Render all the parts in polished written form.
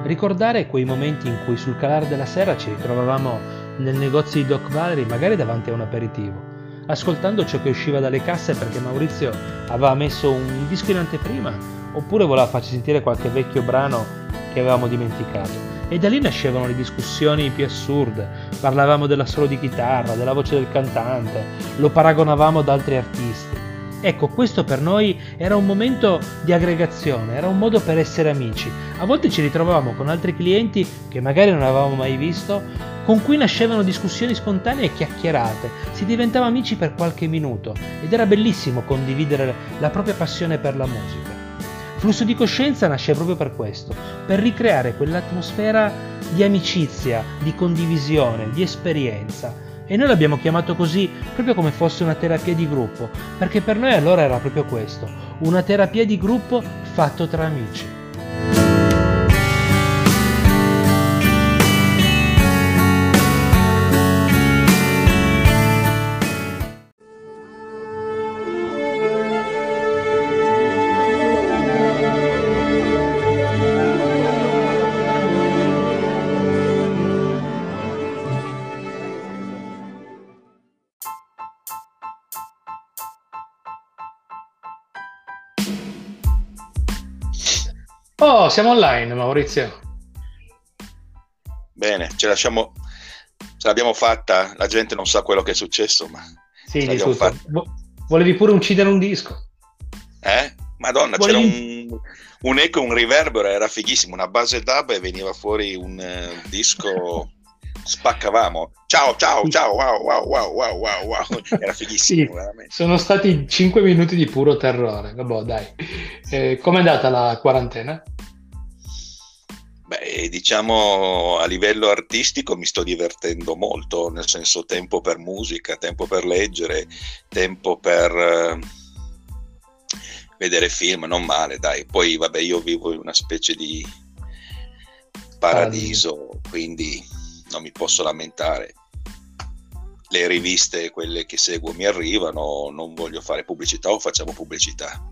ricordare quei momenti in cui sul calare della sera ci ritrovavamo nel negozio di Doc Valery, magari davanti a un aperitivo, ascoltando ciò che usciva dalle casse perché Maurizio aveva messo un disco in anteprima oppure voleva farci sentire qualche vecchio brano che avevamo dimenticato. E da lì nascevano le discussioni più assurde, parlavamo dell'assolo di chitarra, della voce del cantante, lo paragonavamo ad altri artisti. Ecco, questo per noi era un momento di aggregazione, era un modo per essere amici. A volte ci ritrovavamo con altri clienti che magari non avevamo mai visto, con cui nascevano discussioni spontanee e chiacchierate, si diventava amici per qualche minuto ed era bellissimo condividere la propria passione per la musica. Flusso di Coscienza nasce proprio per questo, per ricreare quell'atmosfera di amicizia, di condivisione, di esperienza. E noi l'abbiamo chiamato così proprio come fosse una terapia di gruppo, perché per noi allora era proprio questo, una terapia di gruppo fatto tra amici. Oh, siamo online, Maurizio. Bene, ce l'abbiamo fatta, la gente non sa quello che è successo, ma Sì, ce di l'abbiamo tutto. fatta. Volevi pure uccidere un disco? Madonna, c'era Volevi... un eco, un riverbero, era fighissimo, una base dub e veniva fuori un disco, spaccavamo. Ciao, ciao, Sì, ciao, wow, wow, wow, wow, wow, wow. Era sì, fighissimo, veramente. sono stati 5 minuti di puro terrore. Vabbè, dai. Com'è andata la quarantena? Beh, diciamo a livello artistico mi sto divertendo molto, nel senso tempo per musica, tempo per leggere, tempo per vedere film, non male, dai. Poi vabbè, io vivo in una specie di Paradiso. paradiso, quindi non mi posso lamentare. Le riviste, quelle che seguo, mi arrivano, non voglio fare pubblicità o facciamo pubblicità.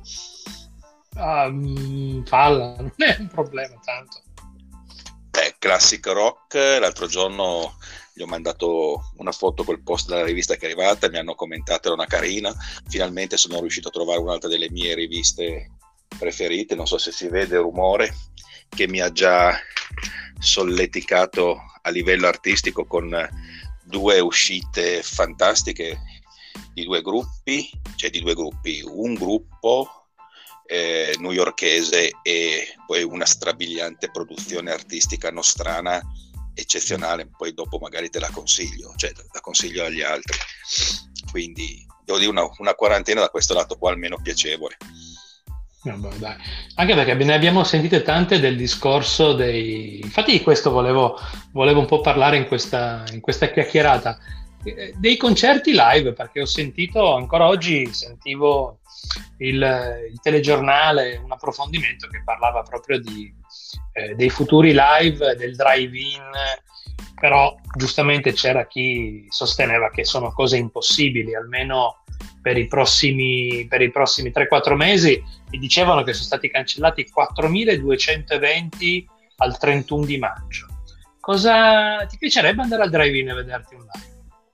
Falla, non è un problema tanto. Classic Rock, l'altro giorno gli ho mandato una foto col post della rivista che è arrivata, mi hanno commentato, era una carina, finalmente sono riuscito a trovare un'altra delle mie riviste preferite, non so se si vede il rumore, che mi ha già solleticato a livello artistico con 2 uscite fantastiche di 2 gruppi, un gruppo newyorkese e poi una strabiliante produzione artistica nostrana eccezionale, poi dopo magari te la consiglio, cioè la consiglio agli altri, quindi devo dire una quarantena da questo lato qua almeno piacevole. Vabbè, dai. Anche perché ne abbiamo sentite tante del discorso dei... Infatti di questo volevo un po' parlare in questa chiacchierata, dei concerti live, perché ho sentito, ancora oggi sentivo il telegiornale, un approfondimento che parlava proprio dei futuri live, del drive-in, però giustamente c'era chi sosteneva che sono cose impossibili, almeno per i prossimi 3-4 mesi, e dicevano che sono stati cancellati 4.200 eventi al 31 di maggio. Cosa ti piacerebbe andare al drive-in e vederti un live?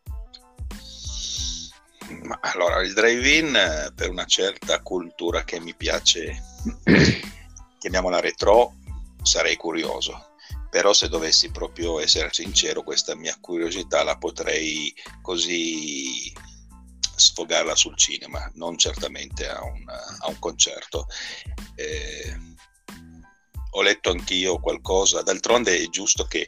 Ma allora, il drive-in per una certa cultura che mi piace, chiamiamola retro, sarei curioso. Però se dovessi proprio essere sincero, questa mia curiosità la potrei così sfogarla sul cinema, non certamente a un concerto. Ho letto anch'io qualcosa, d'altronde è giusto che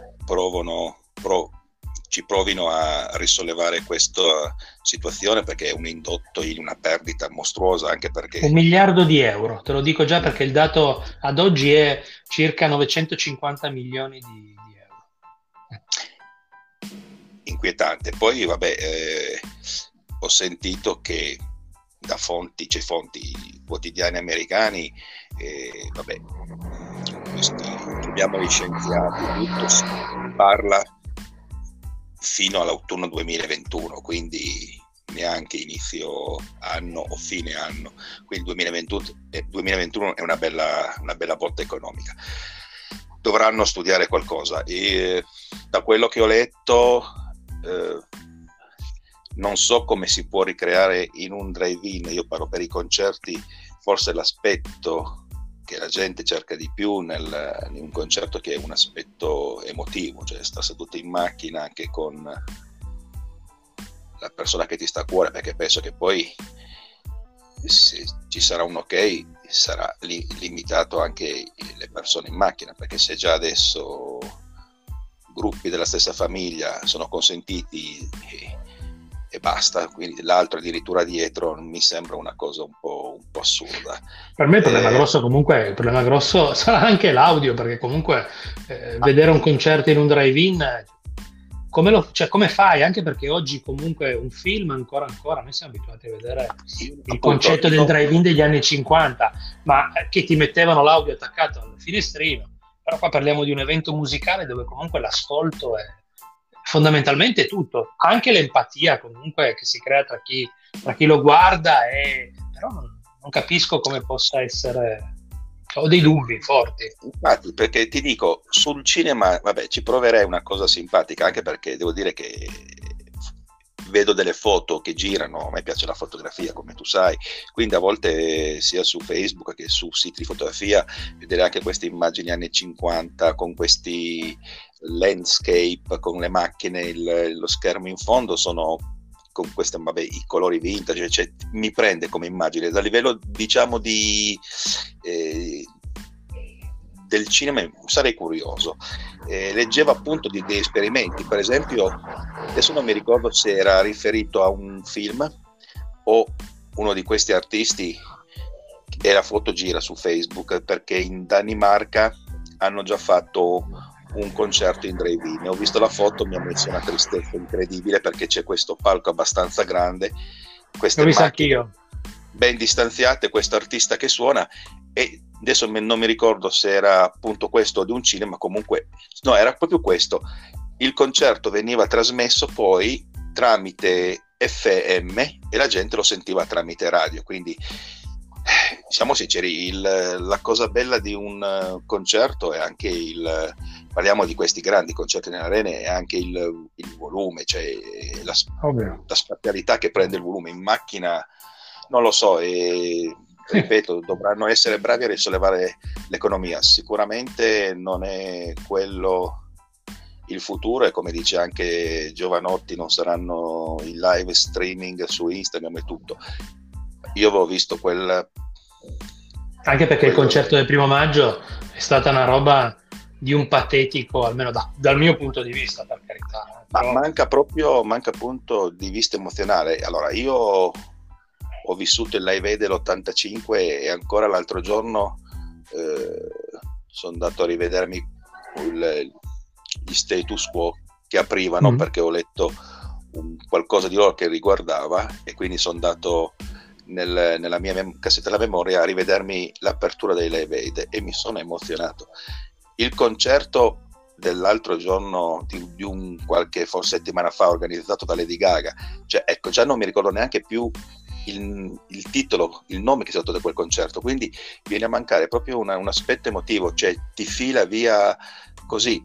ci provino a risollevare questa situazione, perché è un indotto in una perdita mostruosa, anche perché 1 miliardo di euro, te lo dico già perché il dato ad oggi è circa 950 milioni di euro. inquietante. Poi vabbè, ho sentito che da fonti quotidiani americani, vabbè, chiamiamoli scienziati, tutto si parla fino all'autunno 2021, quindi neanche inizio anno o fine anno, quindi 2021 è una bella botta economica. dovranno studiare qualcosa. E da quello che ho letto, non so come si può ricreare in un drive-in. Io parlo per i concerti, forse l'aspetto che la gente cerca di più in un concerto, che è un aspetto emotivo, cioè sta seduto in macchina anche con la persona che ti sta a cuore, perché penso che poi, se ci sarà un ok, sarà limitato anche le persone in macchina, perché se già adesso gruppi della stessa famiglia sono consentiti e basta, quindi l'altro addirittura dietro, mi sembra una cosa un po' assurda. Per me il problema grosso, comunque, il problema grosso sarà anche l'audio, perché comunque vedere un concerto in un drive-in, come fai? Anche perché oggi comunque un film ancora, noi siamo abituati a vedere il concetto del drive-in degli anni 50, ma che ti mettevano l'audio attaccato al finestrino. Però qua parliamo di un evento musicale dove comunque l'ascolto è fondamentalmente tutto, anche l'empatia comunque che si crea tra chi lo guarda, però non capisco come possa essere, ho dei dubbi forti. Infatti, perché ti dico, sul cinema, vabbè, ci proverei una cosa simpatica, anche perché devo dire che vedo delle foto che girano, a me piace la fotografia, come tu sai, quindi a volte sia su Facebook che su siti di fotografia vedere anche queste immagini anni 50 con questi landscape, con le macchine, lo schermo in fondo, sono con questi, vabbè, i colori vintage, cioè, mi prende come immagine da livello, diciamo, del cinema. Sarei curioso. Leggevo appunto di esperimenti, per esempio, adesso non mi ricordo se era riferito a un film o uno di questi artisti, e la foto gira su Facebook, perché in Danimarca hanno già fatto un concerto in drive-in. Ho visto la foto, mi ha messo una tristezza incredibile, perché c'è questo palco abbastanza grande, queste macchine ben distanziate, questo artista che suona, e adesso non mi ricordo se era appunto questo di un cinema, comunque no, era proprio questo. Il concerto veniva trasmesso poi tramite FM e la gente lo sentiva tramite radio, quindi siamo sinceri, la cosa bella di un concerto è anche parliamo di questi grandi concerti nelle arene, è anche il volume, cioè la spazialità che prende il volume. In macchina non lo so, e ripeto, dovranno essere bravi a risollevare l'economia. Sicuramente non è quello il futuro, e come dice anche Giovanotti, non saranno il live streaming su Instagram e tutto. Io avevo visto anche perché il concerto del 1 maggio è stata una roba di un patetico, almeno dal mio punto di vista, per carità. Ma manca punto di vista emozionale. Allora, io ho vissuto il Live Aid dell'85 e ancora l'altro giorno sono andato a rivedermi gli status quo che aprivano, perché ho letto qualcosa di loro che riguardava, e quindi sono andato nella mia cassetta della memoria a rivedermi l'apertura dei Live Aid e mi sono emozionato. Il concerto dell'altro giorno di qualche forse settimana fa, organizzato da Lady Gaga, cioè ecco, già non mi ricordo neanche più il titolo, il nome che è stato da quel concerto, quindi viene a mancare proprio un aspetto emotivo, cioè ti fila via così.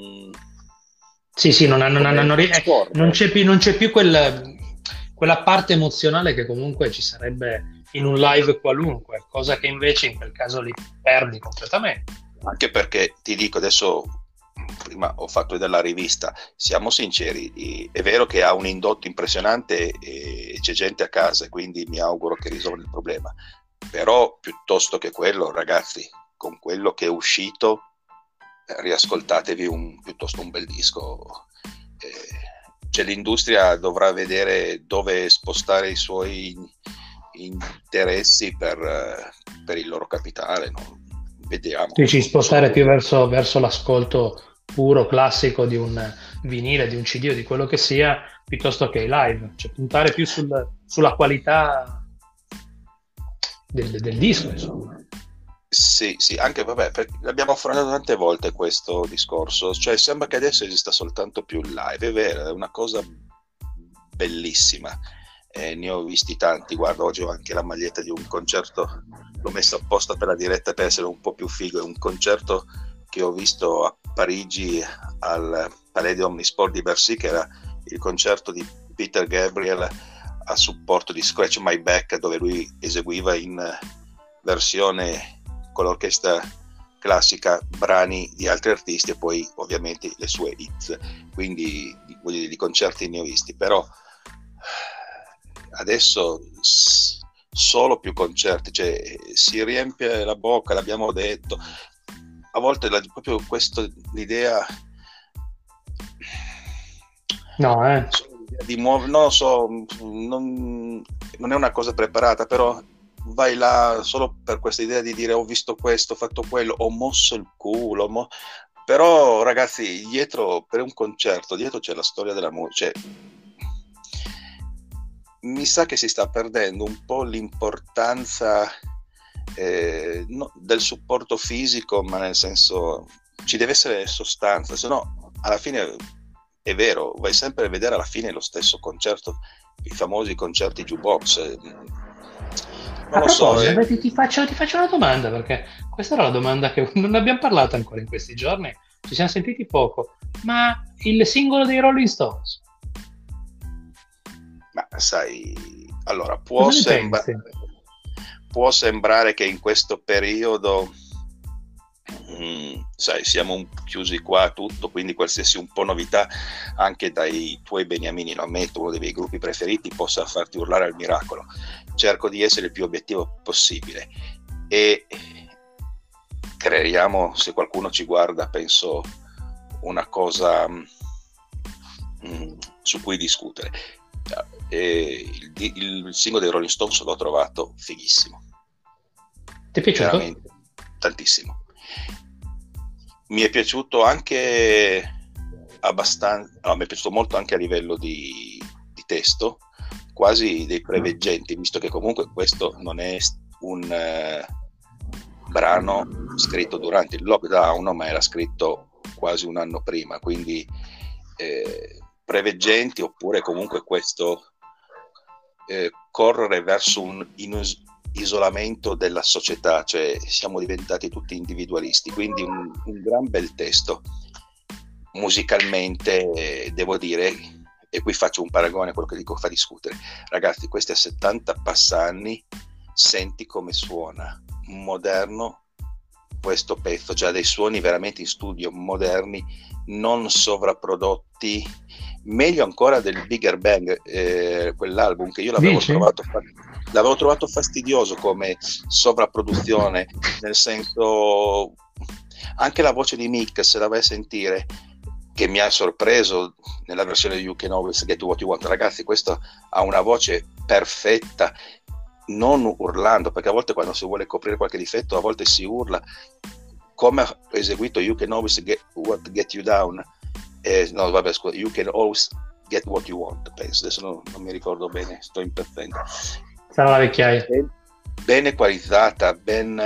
Sì, non c'è più quella parte emozionale che comunque ci sarebbe in un live qualunque, cosa che invece in quel caso li perdi completamente. Anche perché ti dico, adesso, prima ho fatto vedere la rivista, siamo sinceri, è vero che ha un indotto impressionante e c'è gente a casa, quindi mi auguro che risolva il problema, però piuttosto che quello, ragazzi, con quello che è uscito, riascoltatevi piuttosto un bel disco. Cioè, l'industria dovrà vedere dove spostare i suoi interessi per il loro capitale, no? Vediamo. Dici spostare più verso l'ascolto puro, classico di un vinile, di un CD o di quello che sia, piuttosto che i live, cioè puntare più sulla qualità del disco, insomma. Sì, anche abbiamo affrontato tante volte questo discorso, cioè sembra che adesso esista soltanto più il live, è vero, è una cosa bellissima, ne ho visti tanti. Guarda, oggi ho anche la maglietta di un concerto, l'ho messa apposta per la diretta per essere un po' più figo, è un concerto che ho visto a Parigi al Palais de Omnisport di Bercy, che era il concerto di Peter Gabriel a supporto di Scratch My Back, dove lui eseguiva in versione con l'orchestra classica brani di altri artisti e poi ovviamente le sue hits. Quindi di concerti ne ho visti, però adesso solo più concerti, cioè si riempie la bocca, l'abbiamo detto, a volte proprio l'idea di muovere, non lo so, non è una cosa preparata, però vai là solo per questa idea di dire ho visto questo, ho fatto quello, ho mosso il culo, però ragazzi, dietro, per un concerto, dietro c'è la storia della musica, cioè, mi sa che si sta perdendo un po' l'importanza del supporto fisico, ma nel senso ci deve essere sostanza, se no alla fine è vero, vai sempre a vedere alla fine lo stesso concerto, i famosi concerti jukebox. Non lo so. Ti faccio una domanda, perché questa era la domanda che non abbiamo parlato ancora in questi giorni, ci siamo sentiti poco, ma il singolo dei Rolling Stones? Ma sai, allora può sembrare che in questo periodo sai, siamo chiusi qua a tutto, quindi qualsiasi un po' novità anche dai tuoi beniamini, lo ammetto, uno dei miei gruppi preferiti, possa farti urlare al miracolo. Cerco di essere il più obiettivo possibile e creiamo, se qualcuno ci guarda, penso una cosa su cui discutere. Il singolo dei Rolling Stones l'ho trovato fighissimo. Ti è piaciuto? Veramente tantissimo. Mi è piaciuto anche abbastanza, mi è piaciuto molto anche a livello di testo, quasi dei preveggenti, visto che comunque questo non è un brano scritto durante il lockdown, ma era scritto quasi un anno prima, quindi preveggenti, oppure comunque questo correre verso un isolamento della società, cioè siamo diventati tutti individualisti, quindi un gran bel testo. Musicalmente devo dire, e qui faccio un paragone a quello che dico, fa discutere, ragazzi, questi a 70 passanni, senti come suona moderno questo pezzo, già dei suoni veramente in studio moderni, non sovrapprodotti, meglio ancora del Bigger Bang, quell'album che io l'avevo trovato fastidioso come sovrapproduzione, nel senso, anche la voce di Mick, se la vai a sentire, che mi ha sorpreso nella versione di You Can Always Get What You Want, ragazzi, questo ha una voce perfetta, non urlando, perché a volte quando si vuole coprire qualche difetto a volte si urla, come ha eseguito You Can Always Get You Down, no vabbè scusa, You Can Always Get What You Want, penso, adesso non mi ricordo bene, sto imperfetto. Sarà la vecchiaia. Ben equalizzata, ben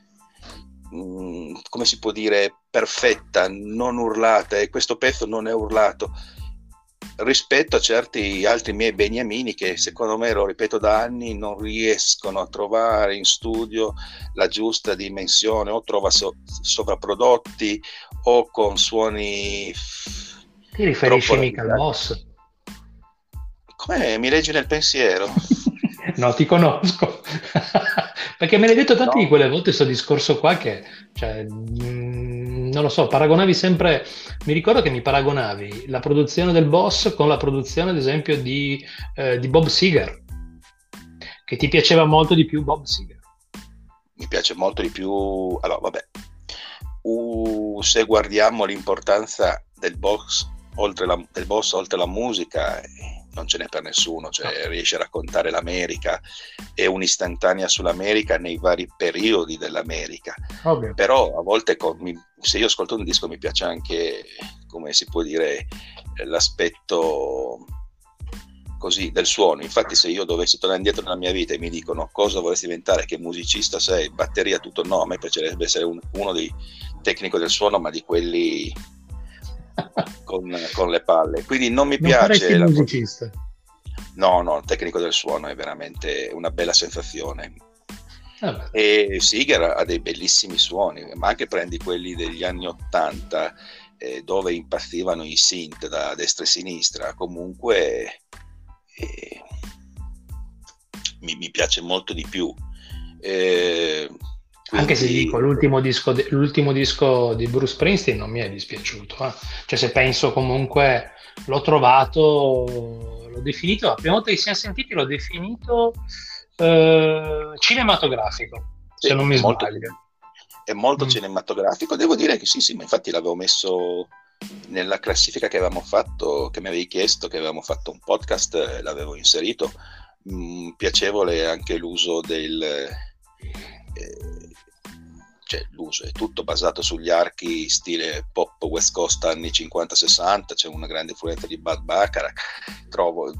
come si può dire, perfetta, non urlata, e questo pezzo non è urlato rispetto a certi altri miei beniamini che secondo me, lo ripeto da anni, non riescono a trovare in studio la giusta dimensione, o trova sovrapprodotti o con suoni. Ti riferisci mica al boss? Come mi leggi nel pensiero? No, ti conosco. Perché me l'hai detto tante di quelle volte questo discorso qua che, cioè, non lo so, paragonavi sempre, mi ricordo che mi paragonavi la produzione del Boss con la produzione ad esempio di Bob Seger, che ti piaceva molto di più Bob Seger. Mi piace molto di più, allora vabbè, se guardiamo l'importanza del Boss oltre la musica, non ce n'è per nessuno, cioè riesce a raccontare l'America, è un'istantanea sull'America nei vari periodi dell'America. Ovvio. Però a volte se io ascolto un disco mi piace anche, come si può dire, l'aspetto così del suono. Infatti se io dovessi tornare indietro nella mia vita e mi dicono cosa vorresti diventare, che musicista sei, batteria, tutto, no, a me piacerebbe essere uno dei tecnico del suono, ma di quelli con le palle, quindi non mi piace il musicista. No, il tecnico del suono è veramente una bella sensazione. Vabbè. E Seeger ha dei bellissimi suoni, ma anche prendi quelli degli anni 80 dove impazzivano i synth da destra e sinistra, comunque mi piace molto di più. Anche se Quindi dico, l'ultimo disco di Bruce Springsteen non mi è dispiaciuto. Cioè, se penso comunque, l'ho trovato, l'ho definito, la prima volta che ci siamo sentiti l'ho definito cinematografico, se non mi sbaglio. è molto Mm. cinematografico, devo dire che sì, ma infatti l'avevo messo nella classifica che avevamo fatto, che mi avevi chiesto, che avevamo fatto un podcast, l'avevo inserito. Piacevole anche l'uso cioè l'uso è tutto basato sugli archi stile pop West Coast anni 50-60, c'è una grande influenza di Bud Bacharach, trovo,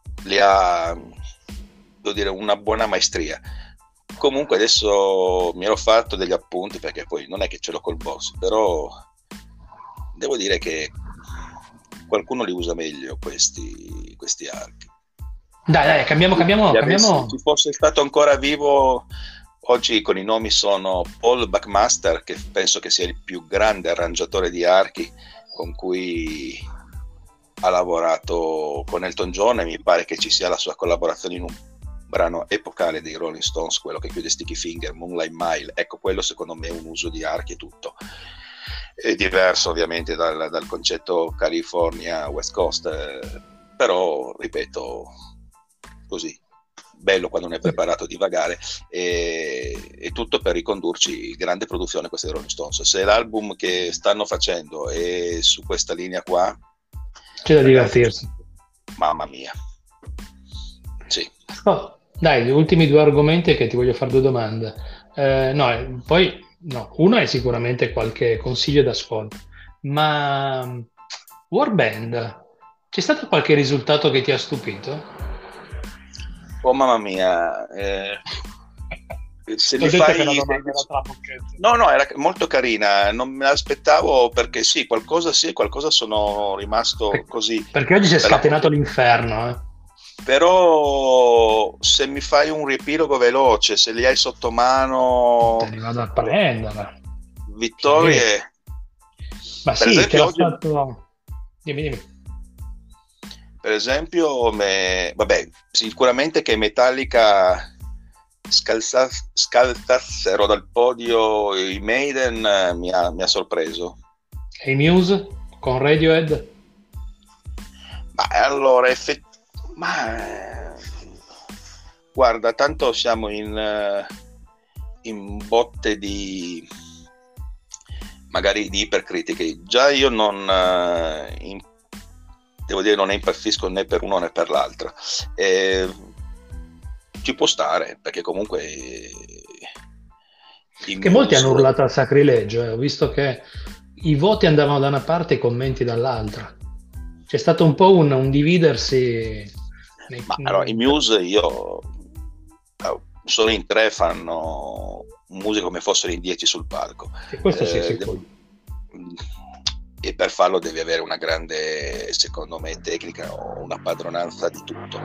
devo dire, una buona maestria. Comunque adesso mi ero fatto degli appunti, perché poi non è che ce l'ho col boss, però devo dire che qualcuno li usa meglio questi archi. Dai, cambiamo. Ci fosse stato ancora vivo oggi, con i nomi sono Paul Buckmaster, che penso che sia il più grande arrangiatore di archi con cui ha lavorato con Elton John, e mi pare che ci sia la sua collaborazione in un brano epocale dei Rolling Stones, quello che chiude Sticky Finger, Moonlight Mile. Ecco, quello secondo me è un uso di archi e tutto. È diverso ovviamente dal concetto California West Coast, però ripeto, così bello quando non è preparato a divagare, e tutto per ricondurci grande produzione queste Rolling Stones. Se l'album che stanno facendo è su questa linea qua, C'è da ragazzi, divertirsi. mamma mia, sì. Oh, dai, gli ultimi due argomenti, che ti voglio fare due domande. Poi, no, uno è sicuramente qualche consiglio d'ascolto, ma Warband, c'è stato qualche risultato che ti ha stupito? Oh mamma mia, se T'ho mi detto che fai... la domanda era trabocchetto. No, era molto carina, non me l'aspettavo, perché sì, qualcosa sono rimasto così. Perché oggi si è scatenato l'inferno, Però se mi fai un riepilogo veloce, se li hai sotto mano, Te li vado a prendere. vittorie. Ma Per sì, te esempio l'ho oggi, fatto. Dimmi. per esempio, vabbè, sicuramente che Metallica scalzassero dal podio i Maiden, mi ha sorpreso. E i Muse con Radiohead? Ma allora, guarda, tanto siamo in botte magari di ipercritiche. Già io devo dire, non ne impazzisco né per uno né per l'altra. Ci può stare, perché comunque Che molti hanno urlato al sacrilegio, ho visto che i voti andavano da una parte e i commenti dall'altra. C'è stato un po' un dividersi. Ma allora, i Muse, solo in 3 fanno musica come fossero in 10 sul palco. E questo sì, sicuro. E per farlo devi avere una grande, secondo me, tecnica, o una padronanza di tutto.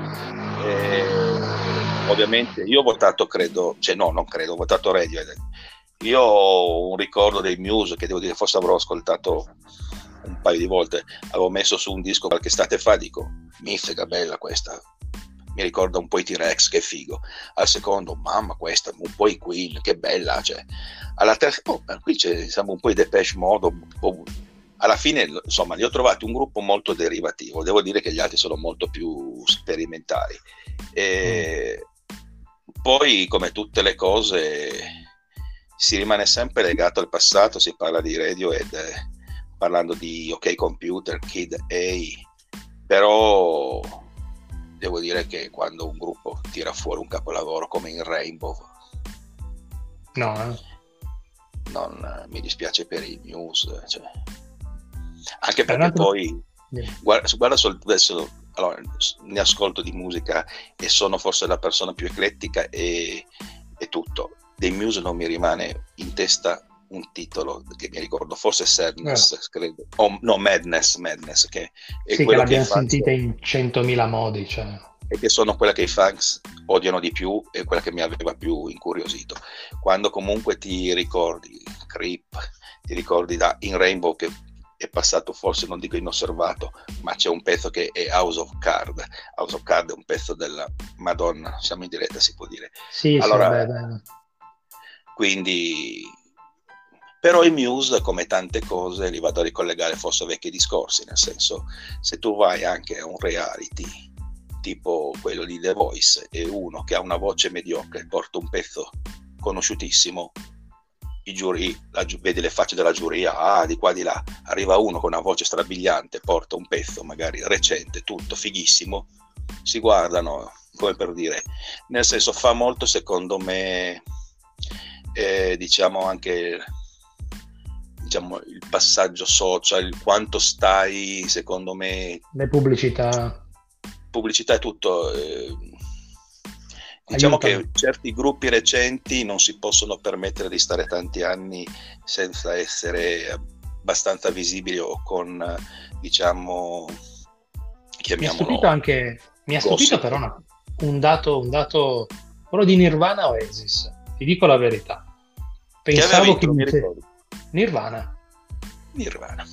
Ovviamente io ho votato, ho votato Radiohead. Io ho un ricordo dei Muse che devo dire, forse avrò ascoltato un paio di volte. Avevo messo su un disco qualche estate fa, dico, mizzica, bella questa, mi ricorda un po' i T-Rex, che figo. Al secondo, mamma, questa un po' i Queen, che bella, cioè. Alla terza, qui siamo un po' i Depeche Mode, alla fine, insomma, li ho trovati un gruppo molto derivativo. Devo dire che gli altri sono molto più sperimentali. Poi, come tutte le cose, si rimane sempre legato al passato. Si parla di Radiohead, parlando di OK Computer, Kid A, però devo dire che quando un gruppo tira fuori un capolavoro come in Rainbow, non mi dispiace per i Muse, cioè. Anche perché poi guarda adesso, allora, ne ascolto di musica e sono forse la persona più eclettica e tutto. Dei Muse non mi rimane in testa un titolo che mi ricordo, forse Sadness, credo, no, Madness, che è sì, quello che l'abbiamo che faccio. sentita in 100.000 modi, cioè. e che sono quella che i fans odiano di più e quella che mi aveva più incuriosito. Quando comunque ti ricordi Creep, ti ricordi da In Rainbow, che è passato forse, non dico inosservato, ma c'è un pezzo che è House of Card. House of Card è un pezzo della Madonna, siamo in diretta, si può dire. Sì, sì, Allora, vabbè. quindi, però i Muse, come tante cose, li vado a ricollegare forse a vecchi discorsi, nel senso, se tu vai anche a un reality tipo quello di The Voice e uno che ha una voce mediocre porta un pezzo conosciutissimo, i giuri, vedi le facce della giuria, di qua di là, arriva uno con una voce strabiliante, porta un pezzo magari recente, tutto fighissimo, si guardano come per dire, nel senso, fa molto secondo me, diciamo anche, diciamo, il passaggio social, quanto stai, secondo me, Le pubblicità pubblicità e tutto, diciamo aiutano. che certi gruppi recenti non si possono permettere di stare tanti anni senza essere abbastanza visibili o con, diciamo, Mi ha chiamiamolo stupito anche, mi ha stupito gossip. però un dato, quello di Nirvana Oasis, ti dico la verità. Che aveva Pensavo che vinto, non mi ricordo. Nirvana. Nirvana.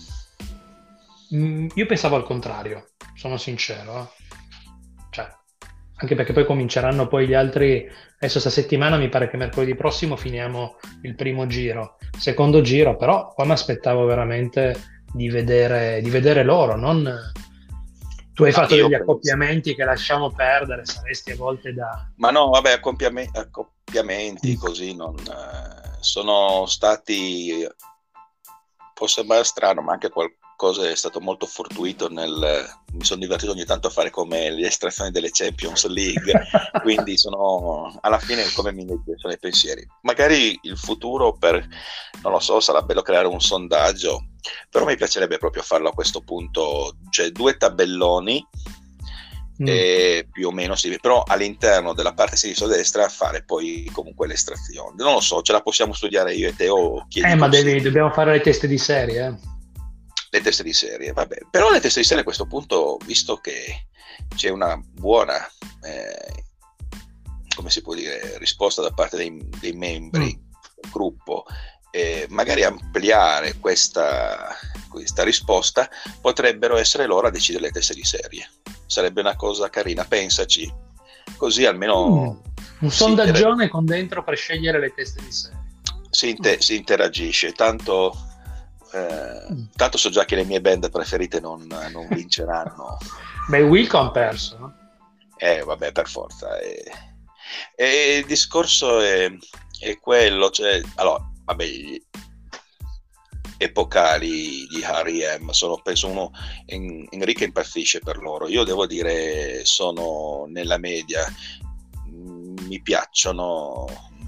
Io pensavo al contrario, sono sincero. Cioè, anche perché poi cominceranno poi gli altri. Adesso sta settimana mi pare che mercoledì prossimo finiamo il primo giro, secondo giro, però qua mi aspettavo veramente di vedere loro, non. Tu hai No, fatto io degli penso. accoppiamenti che lasciamo perdere, saresti a volte da. Ma no, vabbè, accoppiamenti così non sono stati, può sembrare strano, ma anche qualcosa è stato molto fortuito mi sono divertito ogni tanto a fare come le estrazioni delle Champions League, quindi sono alla fine come sono i pensieri. Magari il futuro, non lo so, sarà bello creare un sondaggio, però mi piacerebbe proprio farlo a questo punto, cioè 2 tabelloni, più o meno però all'interno della parte sinistra o destra fare poi comunque l'estrazione. Non lo so, ce la possiamo studiare io e te o chiedi Ma consigli. dobbiamo fare le teste di serie, eh. Le teste di serie, vabbè, però le teste di serie a questo punto, visto che c'è una buona, come si può dire, risposta da parte dei membri del gruppo, magari ampliare questa risposta, potrebbero essere loro a decidere le teste di serie. Sarebbe una cosa carina, pensaci, così almeno Un sondaggione con dentro per scegliere le teste di serie. si interagisce, tanto so già che le mie band preferite non vinceranno. Beh, Wilco hanno perso, no? Vabbè, per forza. E il discorso è quello, cioè, allora, vabbè, gli epocali di R.E.M. sono, penso, Enrique impazzisce per loro. Io devo dire, sono nella media, mi piacciono,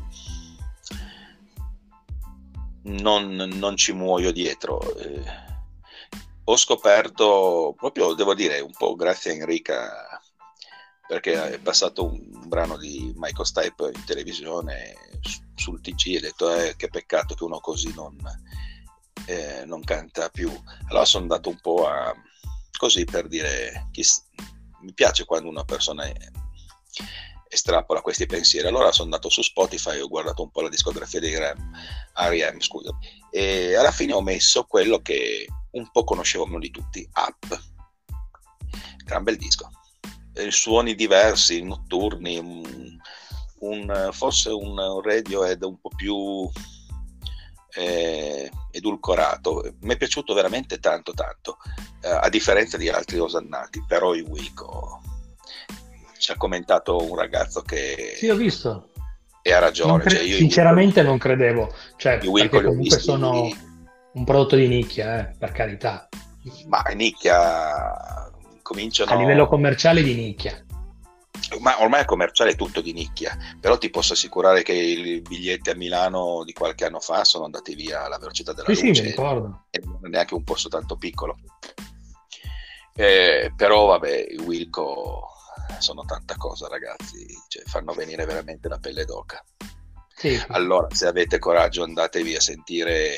non ci muoio dietro. Ho scoperto proprio, devo dire, un po' grazie a Enrica, perché è passato un brano di Michael Stipe in televisione sul TG e ho detto che peccato che uno così non canta più. Allora sono andato un po' così per dire, mi piace quando una persona estrapola questi pensieri. Allora sono andato su Spotify e ho guardato un po' la discografia dei R.E.M., scusa, e alla fine ho messo quello che un po' conoscevo meno di tutti, Up. Gran bel disco, suoni diversi, notturni, forse un Radiohead un po' più edulcorato. Mi è piaciuto veramente tanto, a differenza di altri osannati. Però i Wilco, ci ha commentato un ragazzo che Sì, ho visto. e ha ragione, cioè io Sinceramente non credevo, i cioè, Wilco perché li ho comunque visti, sono un prodotto di nicchia, per carità. ma nicchia, A livello cominciano, commerciale di nicchia. ma ormai è commerciale tutto di nicchia, però ti posso assicurare che i biglietti a Milano di qualche anno fa sono andati via alla velocità della Sì, sì, mi luce, ricordo. e non è neanche un posto tanto piccolo. Però vabbè, i Wilco sono tanta cosa, ragazzi, cioè, fanno venire veramente la pelle d'oca. Sì. Allora, se avete coraggio, andatevi a sentire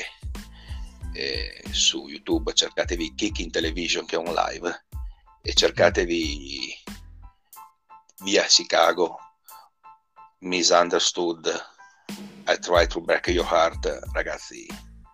su YouTube, cercatevi Kick in Television, che è un live, e cercatevi via Chicago, Misunderstood, I Try to Break Your Heart, ragazzi.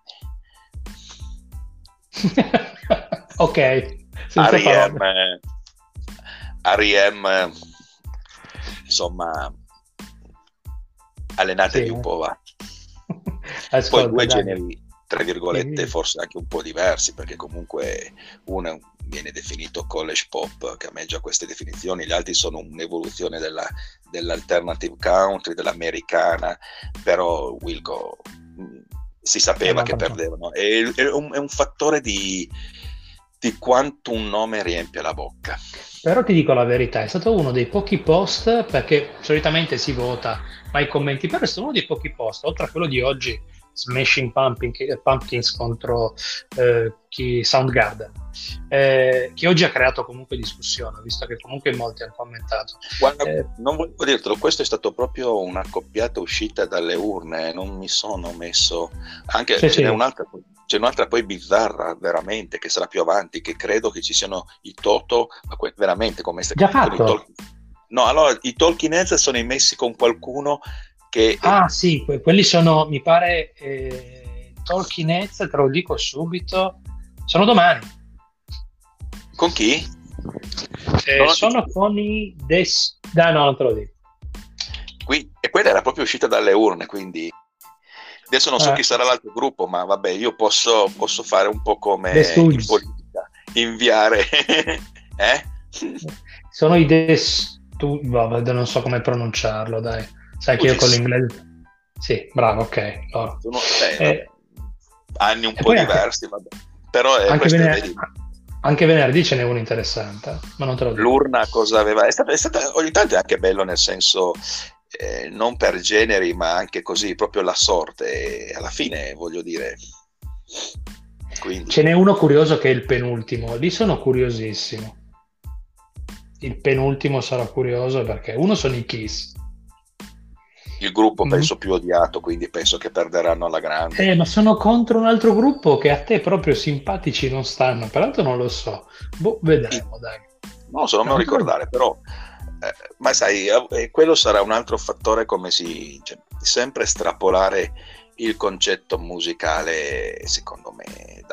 Ok, senza parole. R.E.M. insomma, allenatevi un po', va. Ascolta, poi due dai. generi, tra virgolette, forse anche un po' diversi, perché comunque uno viene definito college pop, che a me già queste definizioni, gli altri sono un'evoluzione dell'alternative country, dell'americana, però Wilco si sapeva che perdevano. È un fattore di quanto un nome riempie la bocca. Però ti dico la verità, è stato uno dei pochi post, perché solitamente si vota, ma i commenti, però è stato uno dei pochi post, oltre a quello di oggi, Smashing Pumpkins contro Soundgarden, che oggi ha creato comunque discussione, visto che comunque in molti hanno commentato. Guarda, non volevo dirtelo, questo è stato proprio una coppiata uscita dalle urne, non mi sono messo, anche ce n'è un'altra poi bizzarra veramente, che sarà più avanti, che credo che ci siano i Toto, veramente come già fatto? No, allora i Talking Heads sono immessi con qualcuno che... sì, quelli sono, mi pare, Talking Heads, te lo dico subito, sono domani. Con chi? Sono con i no, non te lo dico. E quella era proprio uscita dalle urne, quindi adesso non so chi sarà l'altro gruppo, ma vabbè, io posso fare un po' come in politica, inviare sono i non so come pronunciarlo, dai, sai che io con l'inglese bravo, ok, loro. Anni un po' diversi, vabbè. Però anche venerdì ce n'è uno interessante, ma non te lo dico. L'urna cosa aveva? È stata ogni tanto è anche bello, nel senso, non per generi, ma anche così, proprio la sorte, e alla fine, voglio dire. Quindi. Ce n'è uno curioso che è il penultimo, lì sono curiosissimo. Il penultimo sarà curioso perché uno sono i Kiss. Il gruppo penso più odiato, quindi penso che perderanno alla grande. Ma sono contro un altro gruppo che a te proprio simpatici non stanno, peraltro non lo so. Vedremo, dai. Non lo so, non me lo ricordare, però ma sai, quello sarà un altro fattore, come sempre estrapolare il concetto musicale, secondo me,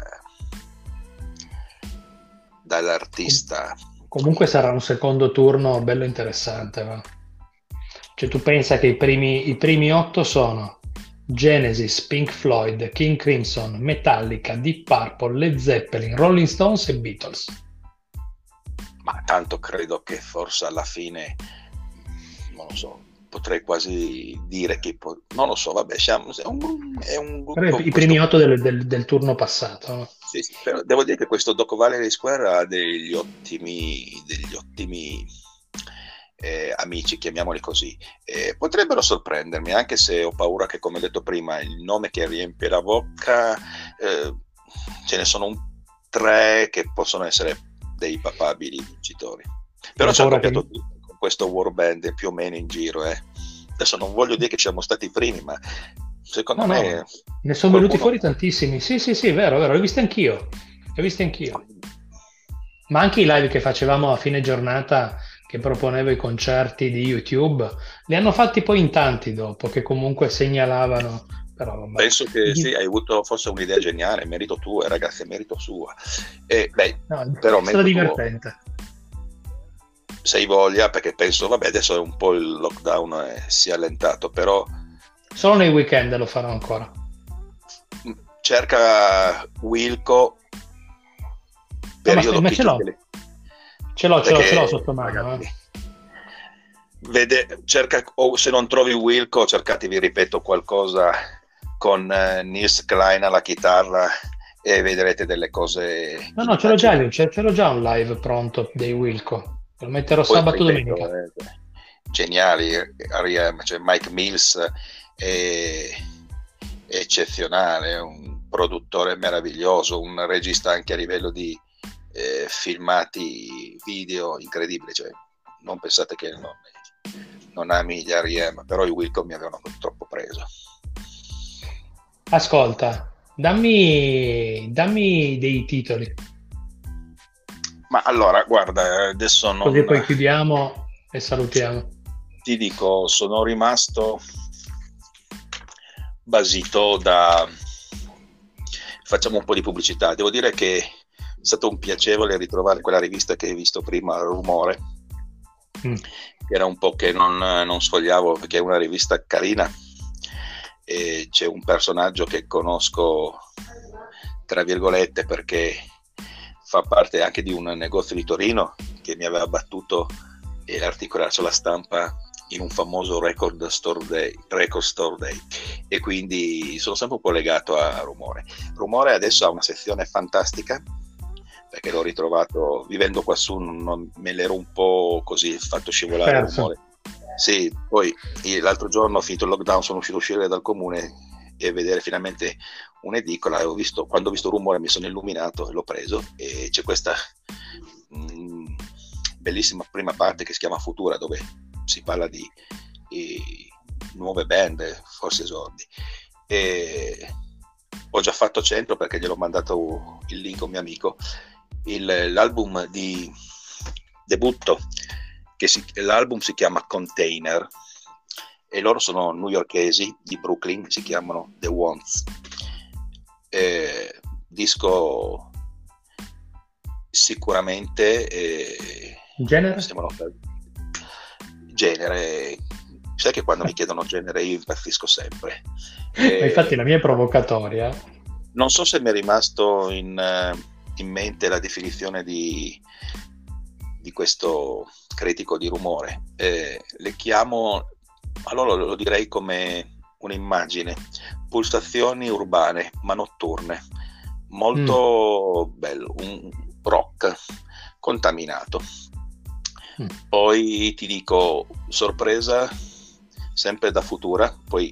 dall'artista. Comunque sarà un secondo turno bello interessante, va? Cioè tu pensa che i primi 8 sono Genesis, Pink Floyd, King Crimson, Metallica, Deep Purple, Led Zeppelin, Rolling Stones e Beatles. Ma tanto credo che forse alla fine, non lo so, potrei quasi dire che non lo so, vabbè, è un gruppo. I primi 8 del turno passato, no? Sì, però devo dire che questo Doc Valery Square ha degli ottimi amici, chiamiamoli così, potrebbero sorprendermi, anche se ho paura che, come detto prima, il nome che riempie la bocca, ce ne sono 3 che possono essere dei papabili vincitori, però ci ha copiato tutto con questo war band più o meno in giro. Adesso non voglio dire che siamo stati i primi, ma secondo me ne sono venuti fuori tantissimi. Sì, vero, li ho visti anch'io. Ma anche i live che facevamo a fine giornata, che proponevo i concerti di YouTube, li hanno fatti poi in tanti dopo, che comunque segnalavano. Però, vabbè. Penso che sì, hai avuto forse un'idea geniale, merito tuo, ragazzi, è merito sua. Però è stato divertente. Se hai voglia, perché penso, vabbè, adesso un po' il lockdown si è allentato, però solo nei weekend lo farò ancora. Cerca Wilco, periodo ma ce l'ho sotto mano. Cerca, o se non trovi Wilco, cercatevi, ripeto, qualcosa con Nils Klein alla chitarra e vedrete delle cose. No, ce l'ho già un live pronto dei Wilco. Lo metterò poi sabato domenica. Geniali, R.E.M., cioè Mike Mills è eccezionale, è un produttore meraviglioso, un regista anche a livello di filmati video incredibile, cioè non pensate che non ami gli R.E.M., però i Wilco mi avevano troppo preso. Ascolta, dammi dei titoli. Ma allora, guarda, adesso non... Così poi chiudiamo e salutiamo. Ti dico, sono rimasto basito da... Facciamo un po' di pubblicità. Devo dire che è stato un piacevole ritrovare quella rivista che hai visto prima, Rumore, che era un po' che non sfogliavo, perché è una rivista carina e c'è un personaggio che conosco, tra virgolette, perché fa parte anche di un negozio di Torino che mi aveva battuto l'articolo sulla stampa in un famoso record store day, e quindi sono sempre un po' legato a Rumore adesso ha una sezione fantastica, perché l'ho ritrovato vivendo qua su, me l'ero un po' così fatto scivolare. Rumore. Sì, poi l'altro giorno, finito il lockdown, sono uscito a uscire dal comune e vedere finalmente un'edicola. Quando ho visto Rumore mi sono illuminato e l'ho preso, e c'è questa bellissima prima parte che si chiama Futura, dove si parla di nuove band, forse esordi, e ho già fatto centro perché gliel'ho mandato il link a un mio amico, l'album di debutto, l'album si chiama Container e loro sono newyorkesi di Brooklyn, si chiamano The Wants, disco sicuramente genere, sai che quando mi chiedono genere io impazzisco sempre. Infatti la mia è provocatoria. Non so se mi è rimasto in mente la definizione di questo critico di Rumore. Le chiamo, allora lo direi come un'immagine: pulsazioni urbane ma notturne, molto bello, un rock contaminato. Poi ti dico, sorpresa sempre da Futura, poi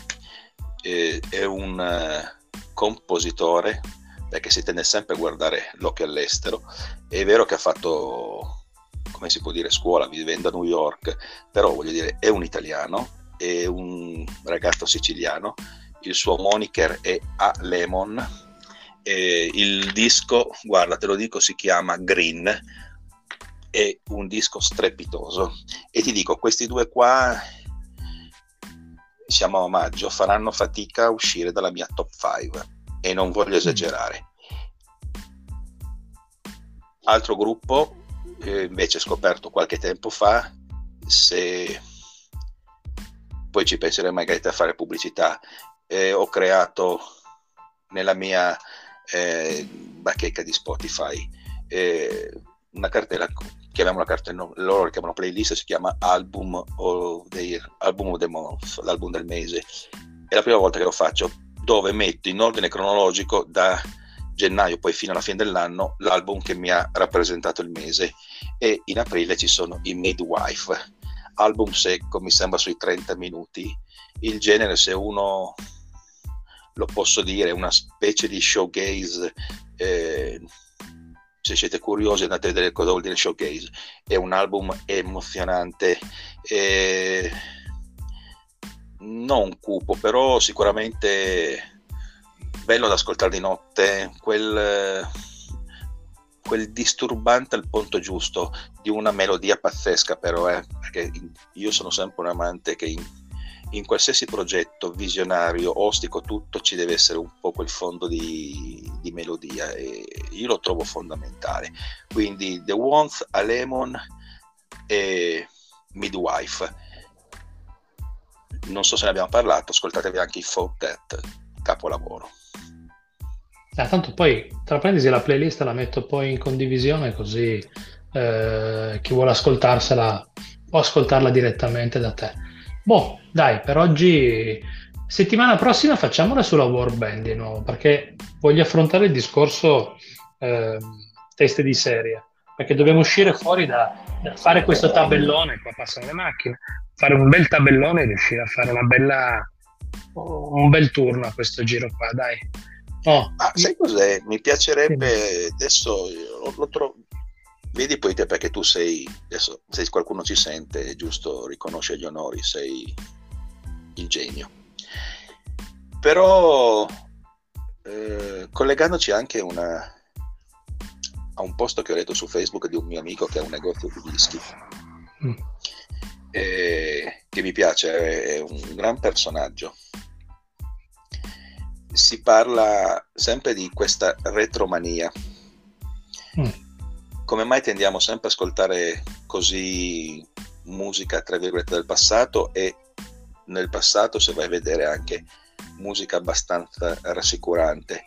è un compositore, perché si tende sempre a guardare l'occhio all'estero. È vero che ha fatto, come si può dire, scuola vivendo a New York, però voglio dire, è un italiano, è un ragazzo siciliano, il suo moniker è A Lemon, il disco, guarda, te lo dico, si chiama Green, è un disco strepitoso, e ti dico, questi due qua, siamo a maggio, faranno fatica a uscire dalla mia top 5 e non voglio esagerare. Altro gruppo invece scoperto qualche tempo fa, se poi ci penserei magari a fare pubblicità, ho creato nella mia bacheca di Spotify una cartella, chiamiamola cartella, loro la chiamano playlist, si chiama Album of the Month, l'album del mese. È la prima volta che lo faccio, dove metto in ordine cronologico da gennaio poi fino alla fine dell'anno l'album che mi ha rappresentato il mese, e in aprile ci sono i Midwife, album secco, mi sembra sui 30 minuti. Il genere, se uno lo posso dire, è una specie di showgaze, se siete curiosi andate a vedere cosa vuol dire showgaze. È un album emozionante, non cupo, però sicuramente bello da ascoltare di notte, quel disturbante al punto giusto, di una melodia pazzesca però, perché io sono sempre un amante che in qualsiasi progetto visionario, ostico, tutto, ci deve essere un po' quel fondo di melodia, e io lo trovo fondamentale. Quindi The Wants, A Lemon e Midwife. Non so se ne abbiamo parlato, ascoltatevi anche i Folk That, capolavoro. Tanto poi, tra parentesi, la playlist la metto poi in condivisione, così chi vuole ascoltarsela può ascoltarla direttamente da te. Boh, dai, per oggi, settimana prossima facciamola sulla War Band di nuovo, perché voglio affrontare il discorso test di serie, perché dobbiamo uscire fuori da fare questo tabellone, qua passano le macchine, fare un bel tabellone e riuscire a fare un bel turno a questo giro qua, dai. Sai cos'è? Mi piacerebbe, adesso lo trovo, vedi poi te, perché tu sei, adesso se qualcuno ci sente è giusto riconoscere gli onori, sei il genio, però collegandoci anche a un post che ho letto su Facebook di un mio amico che ha un negozio di dischi, Mm. Che mi piace, è un gran personaggio. Si parla sempre di questa retromania. Come mai tendiamo sempre a ascoltare così musica tra virgolette del passato, e nel passato, se vai a vedere, anche musica abbastanza rassicurante.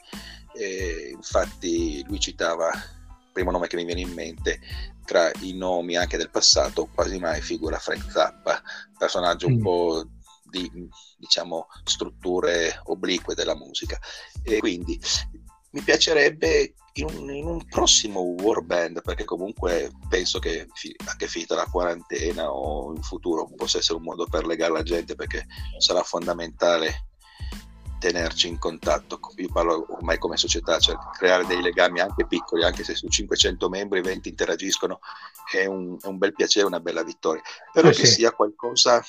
Infatti lui citava, primo nome che mi viene in mente tra i nomi anche del passato, quasi mai figura Frank Zappa, personaggio un po' di, diciamo, strutture oblique della musica. E quindi mi piacerebbe in un prossimo War Band, perché comunque penso che anche finita la quarantena o in futuro possa essere un modo per legare la gente, perché sarà fondamentale tenerci in contatto. Io parlo ormai come società, cioè creare dei legami anche piccoli, anche se su 500 membri 20 interagiscono, è un bel piacere, una bella vittoria, però che sia qualcosa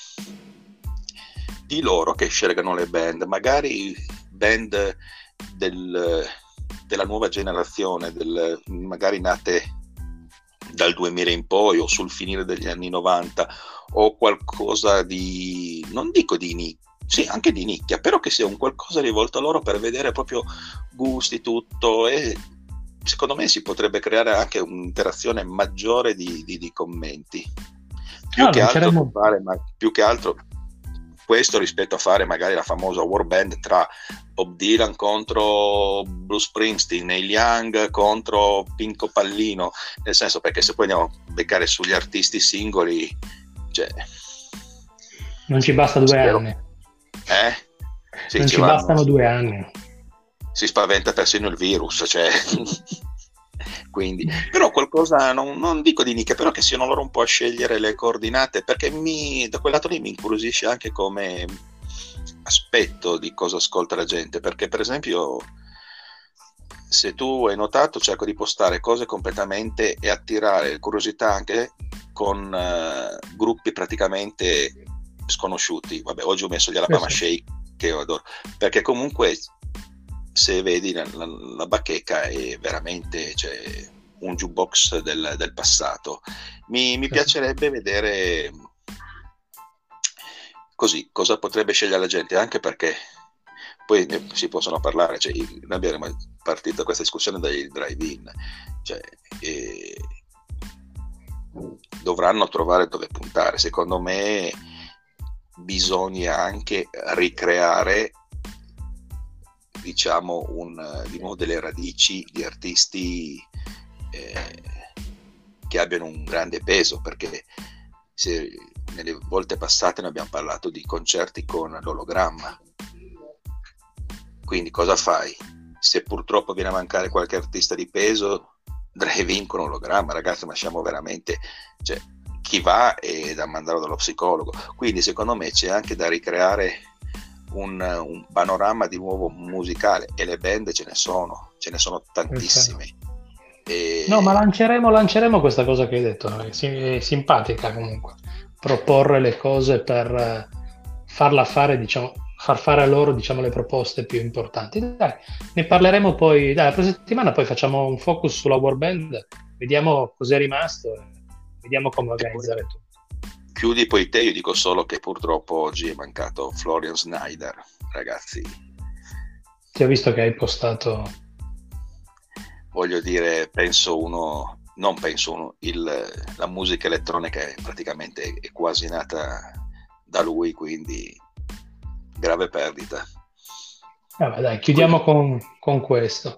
di loro che scelgano le band, magari band della nuova generazione, magari nate dal 2000 in poi o sul finire degli anni 90, o qualcosa di, non dico di nicchia, sì, anche di nicchia, però che sia un qualcosa rivolto a loro, per vedere proprio gusti, tutto. E secondo me si potrebbe creare anche un'interazione maggiore di commenti, più che altro questo rispetto a fare magari la famosa war band tra Bob Dylan contro Bruce Springsteen, Neil Young contro Pinco Pallino, nel senso, perché se poi andiamo a beccare sugli artisti singoli, cioè, non ci basta 2 anni. Sì, non ci bastano 2 anni. Si spaventa persino il virus, cioè. Quindi, però qualcosa, non dico di nicchia, però che siano loro un po' a scegliere le coordinate, perché da quel lato lì mi incuriosisce anche come aspetto di cosa ascolta la gente, perché per esempio, se tu hai notato, cerco di postare cose completamente e attirare curiosità anche con gruppi praticamente sconosciuti. Vabbè, oggi ho messo gli Alabama Shake, che io adoro, perché comunque se vedi la bacheca è veramente, cioè, un jukebox del passato. Mi piacerebbe vedere così cosa potrebbe scegliere la gente, anche perché poi si possono parlare, cioè, noi abbiamo partito questa discussione dai drive-in, cioè, dovranno trovare dove puntare. Secondo me bisogna anche ricreare, diciamo, di nuovo delle radici di artisti che abbiano un grande peso, perché se nelle volte passate noi abbiamo parlato di concerti con l'ologramma, quindi cosa fai? Se purtroppo viene a mancare qualche artista di peso, drive-in con ologramma, ragazzi, ma siamo veramente, cioè, chi va è da mandare dallo psicologo. Quindi secondo me c'è anche da ricreare un panorama di nuovo musicale, e le band ce ne sono tantissime. No, ma lanceremo questa cosa che hai detto, no? È simpatica comunque, proporre le cose per farla fare, diciamo, far fare a loro, diciamo, le proposte più importanti. Dai, ne parleremo poi, la prossima settimana, poi facciamo un focus sulla war band, vediamo cos'è rimasto e vediamo come organizzare tutto. Chiudi poi te, io dico solo che purtroppo oggi è mancato Florian Schneider, ragazzi. Ti ho visto che hai postato. Voglio dire, la musica elettronica è praticamente è quasi nata da lui, quindi grave perdita. Vabbè, dai, chiudiamo con questo.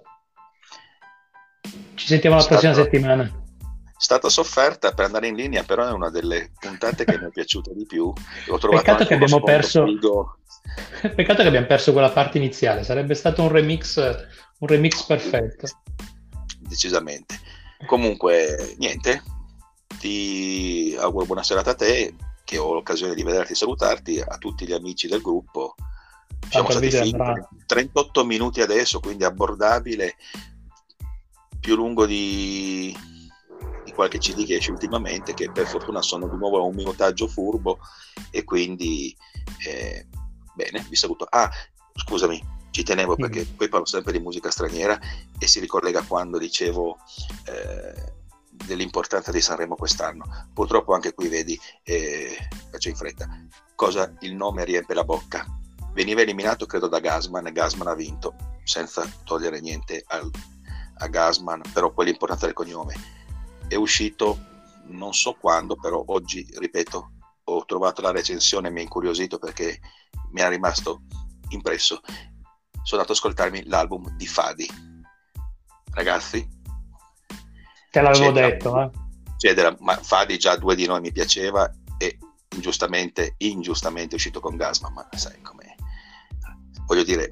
Ci sentiamo la prossima settimana. Stata sofferta per andare in linea, però è una delle puntate che mi è piaciuta di più. Ho trovato Peccato che abbiamo perso quella parte iniziale, sarebbe stato un remix perfetto. Decisamente. Comunque, niente, ti auguro buona serata a te, che ho l'occasione di vederti e salutarti, a tutti gli amici del gruppo. Siamo stati figli, 38 minuti adesso, quindi abbordabile, più lungo di qualche CD che esce ultimamente, che per fortuna sono di nuovo a un minutaggio furbo, e quindi bene, vi saluto. Scusami, ci tenevo perché poi parlo sempre di musica straniera e si ricollega quando dicevo dell'importanza di Sanremo quest'anno. Purtroppo anche qui vedi, faccio in fretta, cosa il nome riempie la bocca. Veniva eliminato credo da Gassman, e Gassman ha vinto, senza togliere niente a Gassman, però quell'importanza del cognome. È uscito non so quando, però oggi, ripeto, ho trovato la recensione, mi ha incuriosito perché mi è rimasto impresso. Sono andato ad ascoltarmi l'album di Fadi. Ragazzi, Te l'avevo detto, ma Fadi già due di noi mi piaceva e ingiustamente è uscito con Gassman, ma sai com'è. Voglio dire,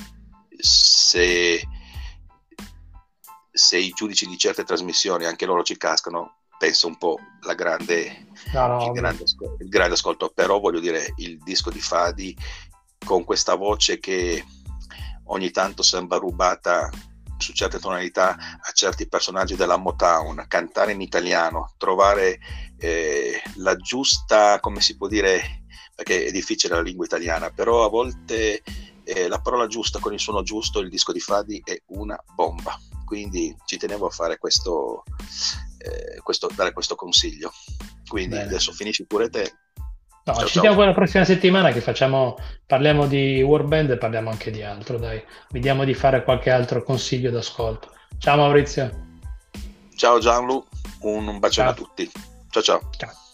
se i giudici di certe trasmissioni anche loro ci cascano, penso un po' il grande ascolto, però voglio dire, il disco di Fadi con questa voce che ogni tanto sembra rubata su certe tonalità a certi personaggi della Motown, cantare in italiano, trovare la giusta, come si può dire, perché è difficile la lingua italiana, però a volte la parola giusta con il suono giusto, il disco di Fadi è una bomba. Quindi ci tenevo a fare dare questo consiglio. Quindi bene. Adesso finisci pure te. No, ci vediamo poi la prossima settimana che parliamo di War Band e parliamo anche di altro, dai. Vediamo di fare qualche altro consiglio d'ascolto. Ciao Maurizio. Ciao Gianlu, un bacione a tutti. Ciao.